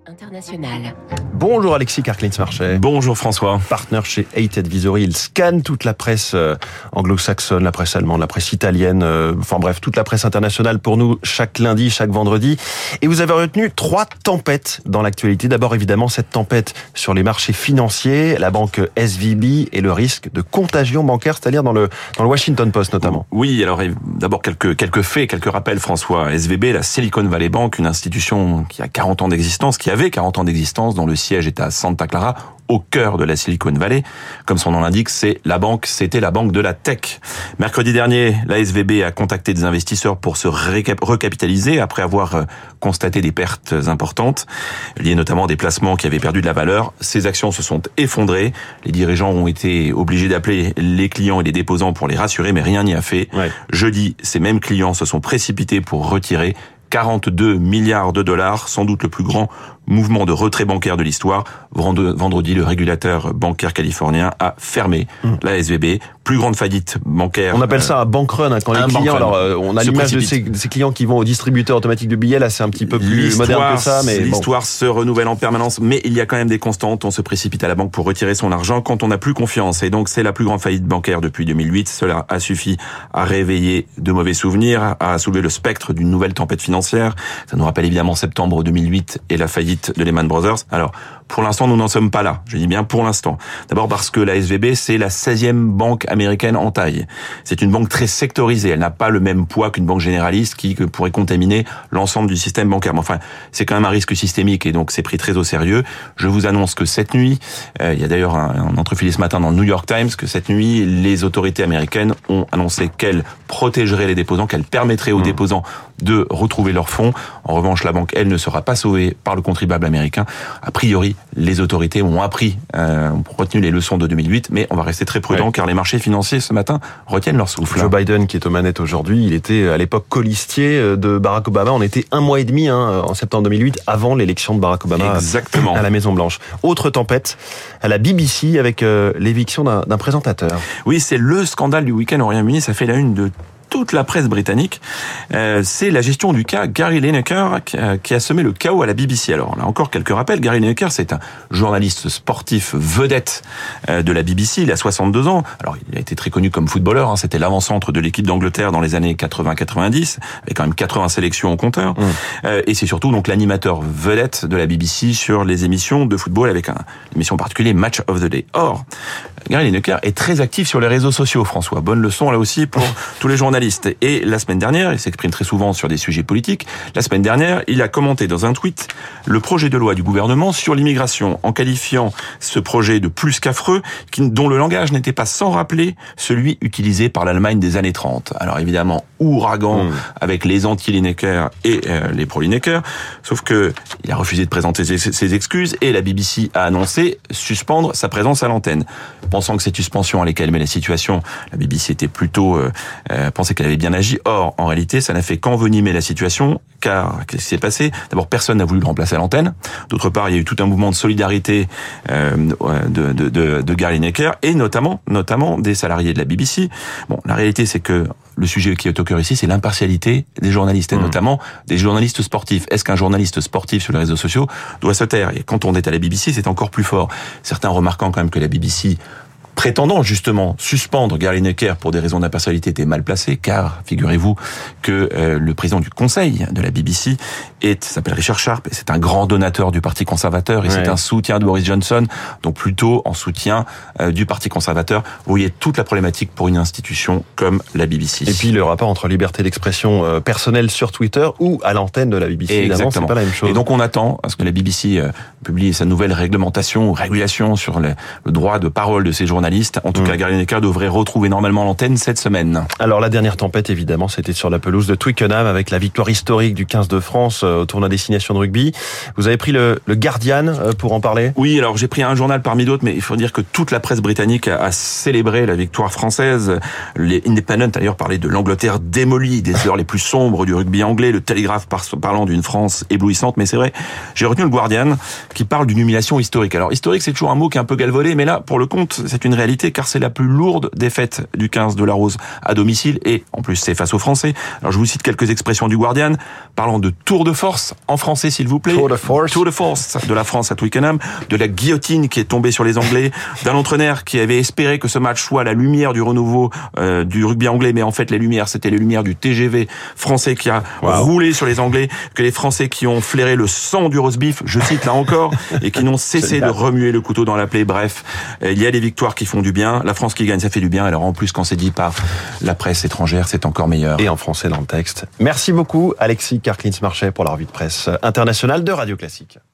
International. Bonjour Alexis Karklins-Marchais. Bonjour François. Partenaire chez Eight Advisory. Il scanne toute la presse anglo-saxonne, la presse allemande, la presse italienne, toute la presse internationale pour nous chaque lundi, chaque vendredi. Et vous avez retenu 3 tempêtes dans l'actualité. D'abord évidemment cette tempête sur les marchés financiers, la banque SVB et le risque de contagion bancaire, c'est-à-dire dans le Washington Post notamment. Oui, alors d'abord quelques faits, quelques rappels François. SVB, la Silicon Valley Bank, une institution qui a 40 ans d'existence, qui avait 40 ans d'existence, dont le siège est à Santa Clara, au cœur de la Silicon Valley. Comme son nom l'indique, c'était la banque de la tech. Mercredi dernier, la SVB a contacté des investisseurs pour se recapitaliser après avoir constaté des pertes importantes, liées notamment à des placements qui avaient perdu de la valeur. Ces actions se sont effondrées. Les dirigeants ont été obligés d'appeler les clients et les déposants pour les rassurer, mais rien n'y a fait. Ouais. Jeudi, ces mêmes clients se sont précipités pour retirer 42 milliards de dollars, sans doute le plus grand mouvement de retrait bancaire de l'histoire. Vendredi, le régulateur bancaire californien a fermé la SVB. Plus grande faillite bancaire. On appelle ça un bank run, quand les clients, on a l'image de ces clients qui vont au distributeur automatique de billets, là c'est un petit peu plus moderne que ça. Mais l'histoire se renouvelle en permanence, mais il y a quand même des constantes. On se précipite à la banque pour retirer son argent quand on n'a plus confiance. Et donc c'est la plus grande faillite bancaire depuis 2008. Cela a suffi à réveiller de mauvais souvenirs, à soulever le spectre d'une nouvelle tempête financière. Ça nous rappelle évidemment septembre 2008 et la faillite de Lehman Brothers. Alors, pour l'instant, nous n'en sommes pas là. Je dis bien pour l'instant. D'abord parce que la SVB, c'est la 16e banque américaine en taille. C'est une banque très sectorisée. Elle n'a pas le même poids qu'une banque généraliste qui pourrait contaminer l'ensemble du système bancaire. Mais enfin, c'est quand même un risque systémique et donc c'est pris très au sérieux. Je vous annonce que cette nuit, il y a d'ailleurs un entrefilé ce matin dans le New York Times, que cette nuit, les autorités américaines ont annoncé qu'elles protégeraient les déposants, qu'elles permettraient aux déposants de retrouver leurs fonds. En revanche, la banque, elle, ne sera pas sauvée par le contribuable américain. A priori, les autorités ont retenu les leçons de 2008, mais on va rester très prudent car les marchés financiers ce matin retiennent leur souffle. Joe Biden, qui est aux manettes aujourd'hui, il était à l'époque colistier de Barack Obama. On était 1 mois et demi en septembre 2008, avant l'élection de Barack Obama. Exactement. À la Maison Blanche. Autre tempête à la BBC avec l'éviction d'un présentateur. Oui, c'est le scandale du week-end au Royaume-Uni. Ça fait la une de toute la presse britannique. C'est la gestion du cas Gary Lineker qui a semé le chaos à la BBC. Alors là encore quelques rappels. Gary Lineker, c'est un journaliste sportif vedette de la BBC. Il a 62 ans. Alors il a été très connu comme footballeur. C'était l'avant-centre de l'équipe d'Angleterre dans les années 80-90, avec quand même 80 sélections au compteur. Et c'est surtout donc l'animateur vedette de la BBC sur les émissions de football avec une émission particulière, Match of the Day. Or, Gary Lineker est très actif sur les réseaux sociaux, François. Bonne leçon là aussi pour tous les journalistes. Et la semaine dernière, il s'exprime très souvent sur des sujets politiques. La semaine dernière, il a commenté dans un tweet le projet de loi du gouvernement sur l'immigration, en qualifiant ce projet de plus qu'affreux, dont le langage n'était pas sans rappeler celui utilisé par l'Allemagne des années 30. Alors évidemment, ouragan avec les anti-Lineker et les pro-Lineker, sauf que il a refusé de présenter ses excuses et la BBC a annoncé suspendre sa présence à l'antenne. Pensant que cette suspension allait calmer la situation, la BBC était plutôt pensait qu'elle avait bien agi. Or, en réalité, ça n'a fait qu'envenimer la situation, car qu'est-ce qui s'est passé ? D'abord, personne n'a voulu le remplacer à l'antenne. D'autre part, il y a eu tout un mouvement de solidarité de Gary Lineker et notamment des salariés de la BBC. Bon, la réalité, c'est que le sujet qui est au cœur ici, c'est l'impartialité des journalistes, et notamment des journalistes sportifs. Est-ce qu'un journaliste sportif sur les réseaux sociaux doit se taire ? Et quand on est à la BBC, c'est encore plus fort. Certains remarquant quand même que la BBC, prétendant justement suspendre Gary Lineker pour des raisons d'impartialité, était mal placé, car figurez-vous que le président du conseil de la BBC s'appelle Richard Sharp, et c'est un grand donateur du Parti conservateur, et c'est un soutien de Boris Johnson, donc plutôt en soutien du Parti conservateur. Vous voyez toute la problématique pour une institution comme la BBC. Et puis le rapport entre liberté d'expression personnelle sur Twitter ou à l'antenne de la BBC, évidemment, c'est pas la même chose. Et donc on attend à ce que la BBC publie sa nouvelle régulation sur le droit de parole de ses journalistes. En tout cas, Gary Lineker devrait retrouver normalement l'antenne cette semaine. Alors la dernière tempête, évidemment, c'était sur la pelouse de Twickenham avec la victoire historique du 15 de France au tournoi Destination de rugby. Vous avez pris le Guardian pour en parler ? Oui, alors j'ai pris un journal parmi d'autres, mais il faut dire que toute la presse britannique a célébré la victoire française. Les Independent d'ailleurs parlaient de l'Angleterre démolie, des heures les plus sombres du rugby anglais, le Telegraph parlant d'une France éblouissante, mais c'est vrai, j'ai retenu le Guardian qui parle d'une humiliation historique. Alors historique, c'est toujours un mot qui est un peu galvaudé, mais là, pour le compte, c'est une une réalité car c'est la plus lourde défaite du 15 de la Rose à domicile et en plus c'est face aux Français. Alors je vous cite quelques expressions du Guardian parlant de tour de force en français s'il vous plaît. Tour de force. Tour de force de la France à Twickenham, de la guillotine qui est tombée sur les Anglais, d'un entraîneur qui avait espéré que ce match soit la lumière du renouveau du rugby anglais, mais en fait les lumières c'était les lumières du TGV français qui a roulé sur les Anglais, que les Français qui ont flairé le sang du roast beef, je cite là encore, et qui n'ont cessé de remuer le couteau dans la plaie. Bref, il y a des victoires qui font du bien, la France qui gagne ça fait du bien, alors en plus quand c'est dit par la presse étrangère c'est encore meilleur. Et en français dans le texte. Merci beaucoup Alexis Karklins-Marchais pour la revue de presse internationale de Radio Classique.